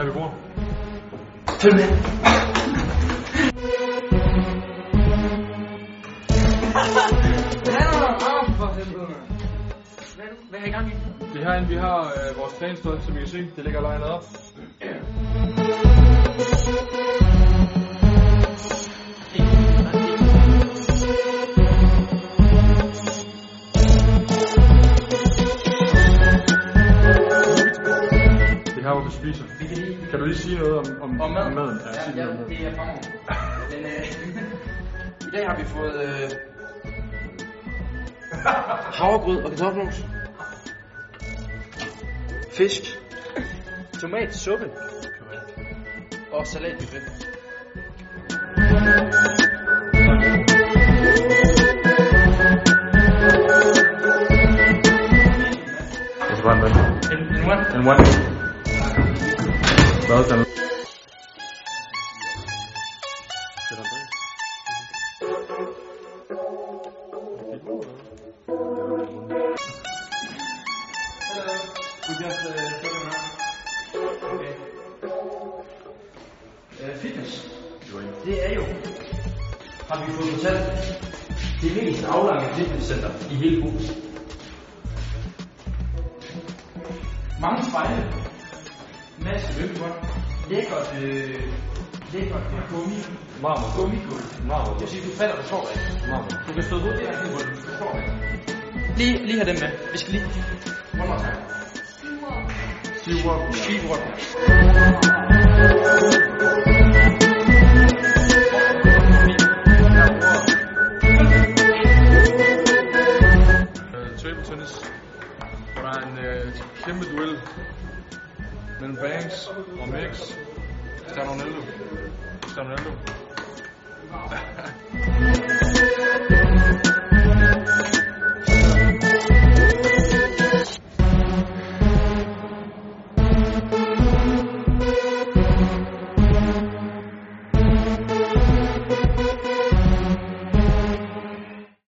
ved bordet. Følg med. Hvad er I gang i? Det er herinde, vi har vores træningstøj, som I kan se. Det ligger legnet op. Det er her, hvor vi spiser. Kan du lige sige noget om maden? Ja, det er fremragende. Men i dag har vi fået havregrød og kartoffelmos. Fisk. Tomatsuppe. Og salatbuffet. It's one man. En one? And one. Well done. Fitness. Det er jo, har vi fået fortalt, det mest aflange fitnesscenter i hele huset. Mange spejle, masse løbebånd, lækkert gummigulv. Det vil sige, du falder, du står ikke. Du kan stå ud direkte i gulvet, du står ikke. Lige have dem med. Vi skal lige. One more time. Skiwalk. Table tennis. Der er en kæmpe duel mellem Banks og Mix. Cristiano Ronaldo.